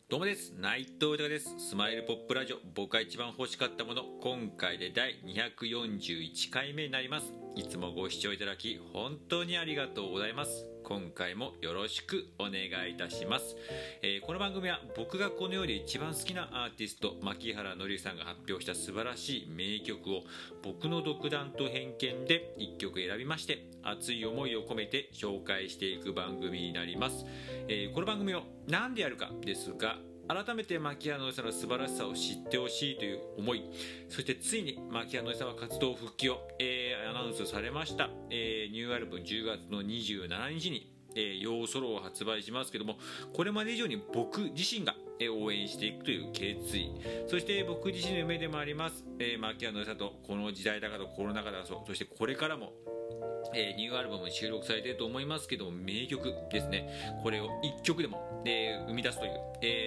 どうもです。内藤豊です。スマイルポップラジオ、僕が一番欲しかったもの、今回で第241回目になります。いつもご視聴いただき本当にありがとうございます。今回もよろしくお願いいたします。この番組は僕がこの世で一番好きなアーティスト牧原紀之さんが発表した素晴らしい名曲を僕の独断と偏見で1曲選びまして熱い思いを込めて紹介していく番組になります。この番組を何でやるかですが、改めて牧原紀之さんの素晴らしさを知ってほしいという思い、そしてついに牧原紀之さんは活動復帰を、アナウンスされました。ニューアルバム10月の27日にヨーソロを発売しますけども、これまで以上に僕自身が応援していくという決意、そして僕自身の夢でもあります、牧原紀之さんとこの時代だからコロナ禍だと、そしてこれからもニューアルバムに収録されていると思いますけども、名曲ですね。これを1曲でも、生み出すという、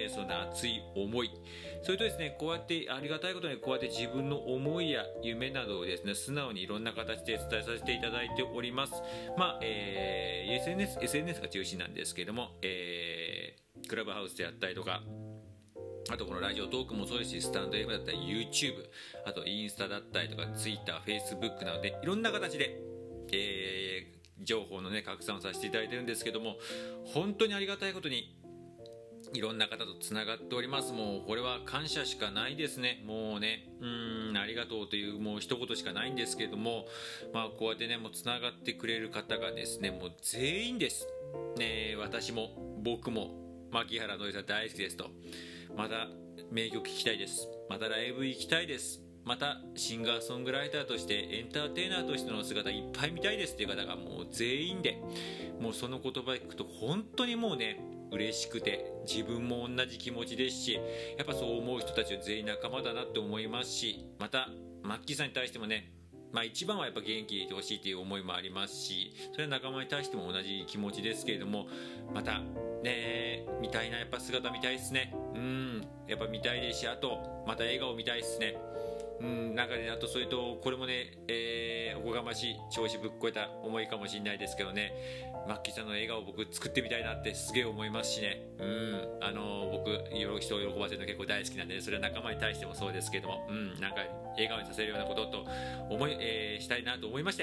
そんな熱い思い、それとですね、こうやってありがたいことにこうやって自分の思いや夢などをですね、素直にいろんな形で伝えさせていただいております。SNS が中心なんですけれども、クラブハウスであったりとか、あとこのラジオトークもそうですし、スタンド FM だったり YouTube、 あとインスタだったりとか Twitter、Facebook などでいろんな形で情報の拡散をさせていただいてるんですけども、本当にありがたいことにいろんな方とつながっております。もうこれは感謝しかないですね。もうね、ありがとうというもう一言しかないんですけれども、こうやってね、もうつながってくれる方がですね、もう全員です、私も僕も牧原紀之さん大好きですと、また名曲聴きたいです、またライブ行きたいです、またシンガーソングライターとしてエンターテイナーとしての姿いっぱい見たいですっていう方がもう全員で、もうその言葉聞くと本当にもうね、嬉しくて、自分も同じ気持ちですし、やっぱそう思う人たちは全員仲間だなって思いますし、またマッキーさんに対してもね、一番はやっぱ元気でいてほしいという思いもありますし、それは仲間に対しても同じ気持ちですけれども、またね、見たいな、やっぱ姿見たいですね。やっぱ見たいですし、あとまた笑顔見たいですね。なんかね、あとそれとこれもね、おこがましい調子ぶっこえた思いかもしれないですけどね、マッキーさんの笑顔を僕作ってみたいなってすげえ思いますしね。僕人を喜ばせるの結構大好きなんで、それは仲間に対してもそうですけども、なんか笑顔にさせるようなこととしたいなと思いまして、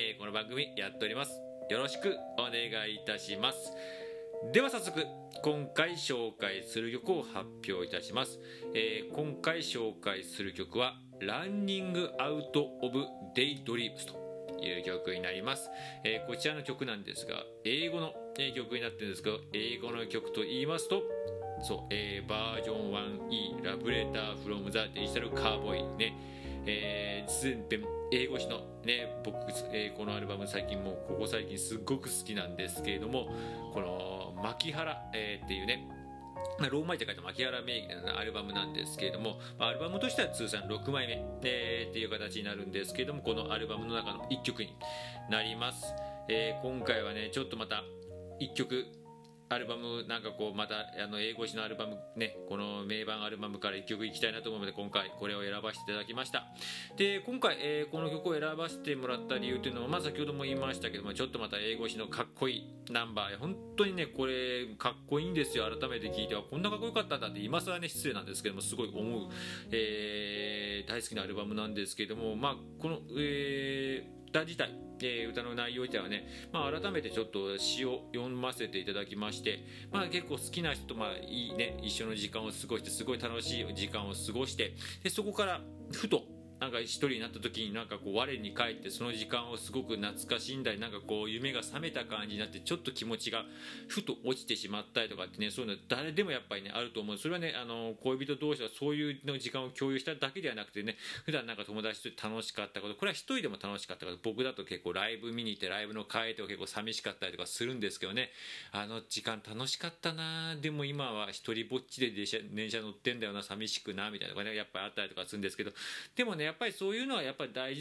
この番組やっております。よろしくお願いいたします。では早速今回紹介する曲を発表いたします。今回紹介する曲はランニングアウトオブデイドリームスという曲になります。こちらの曲なんですが、英語の曲になってるんですけど、英語の曲と言いますと、バージョン 1E ラブレターフロムザデジタルカーボーイね、全編英語詞のね、僕、このアルバムここ最近すっごく好きなんですけれども、この牧原、っていうね、ローマ字で書いた牧原名義のアルバムなんですけれども、アルバムとしては通算6枚目、っていう形になるんですけれども、このアルバムの中の1曲になります。今回はね、ちょっとまた1曲アルバムまた英語詞のアルバムね、この名盤アルバムから1曲いきたいなと思うので、今回これを選ばせていただきました。で、今回、この曲を選ばせてもらった理由というのは、先ほども言いましたけども、ちょっとまた英語詞のかっこいいナンバー、本当にね、これかっこいいんですよ。改めて聞いてはこんなかっこよかったんだって、今更ね失礼なんですけども、すごい思う、大好きなアルバムなんですけども、この、歌自体、歌の内容自体はね、改めてちょっと詩を読ませていただきまして、結構好きな人といいね、一緒の時間を過ごして、すごい楽しい時間を過ごして、でそこからふと一人になった時に我に返って、その時間をすごく懐かしんだり、夢が覚めた感じになって、ちょっと気持ちがふと落ちてしまったりとかってね、そういうの誰でもやっぱりねあると思う。それはね、恋人同士はそういうの時間を共有しただけではなくてね、普段友達と楽しかったこと、これは一人でも楽しかったこと、僕だと結構ライブ見に行ってライブの帰りとか結構寂しかったりとかするんですけどね、時間楽しかったな、でも今は一人ぼっちで電車乗ってんだよな、寂しくなみたいなのがね、やっぱりあったりとかするんですけど、でもね、やっぱりそういうのはやっぱり大事だ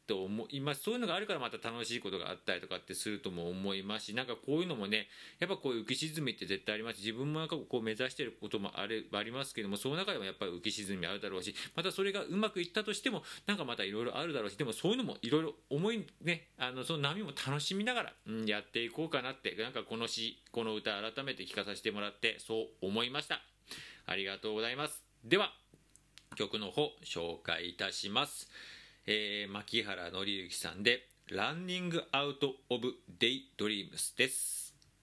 と思います。そういうのがあるからまた楽しいことがあったりとかってするとも思いますし、なんかこういうのもね、やっぱこういう浮き沈みって絶対ありますし、自分もなんかこう目指していることもありますけども、その中でもやっぱり浮き沈みあるだろうし、またそれがうまくいったとしてもなんかまたいろいろあるだろうし、でもそういうのもいろいろ思いね、その波も楽しみながら、やっていこうかなって、なんかこの歌改めて聴かさせてもらってそう思いました。ありがとうございます。では曲の方紹介いたします。牧原紀之さんでランニングアウトオブデイドリームスです。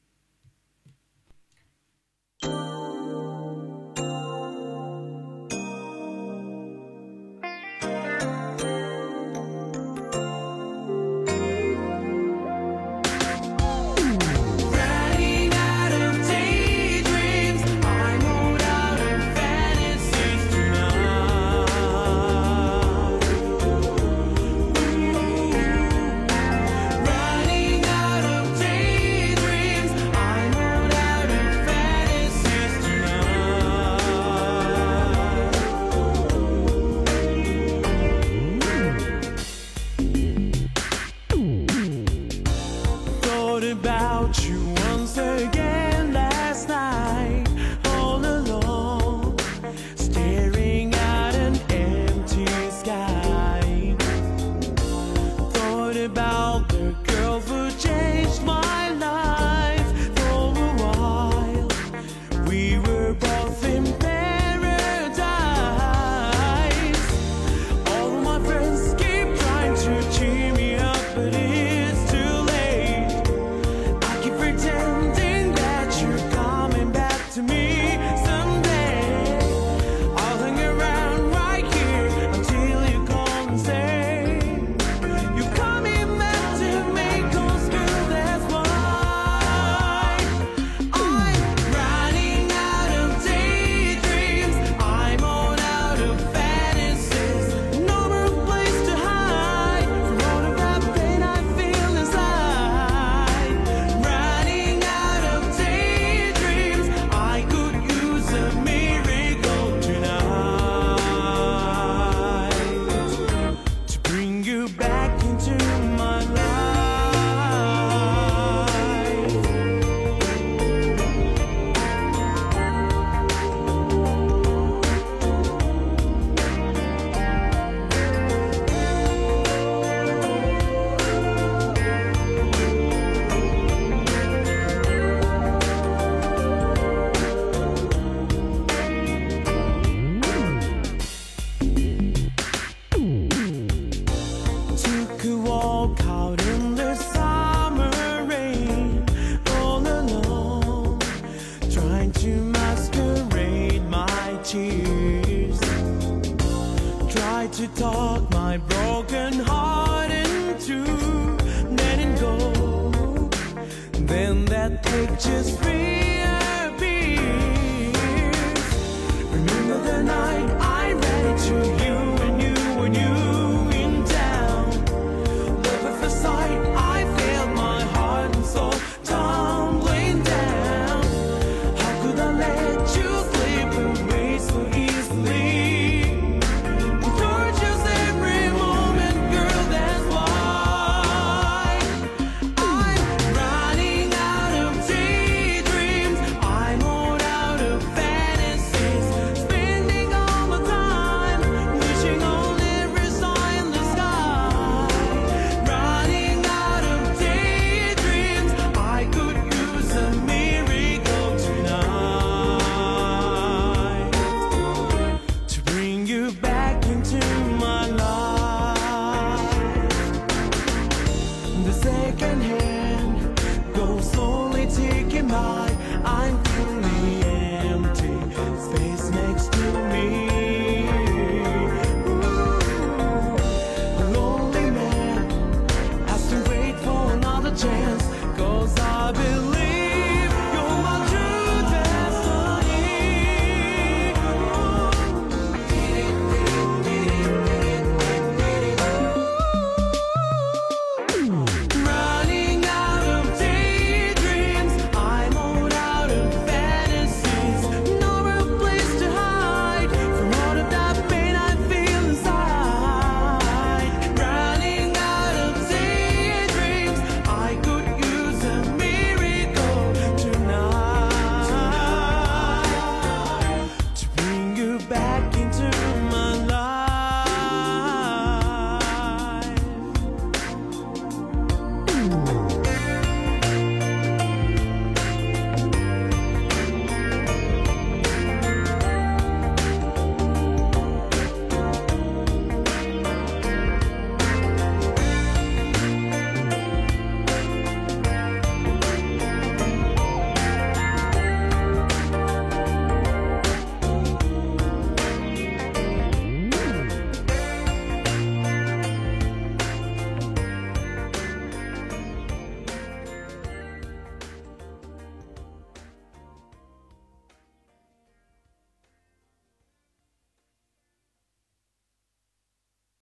To talk my broken heart into letting go, then that picture's free.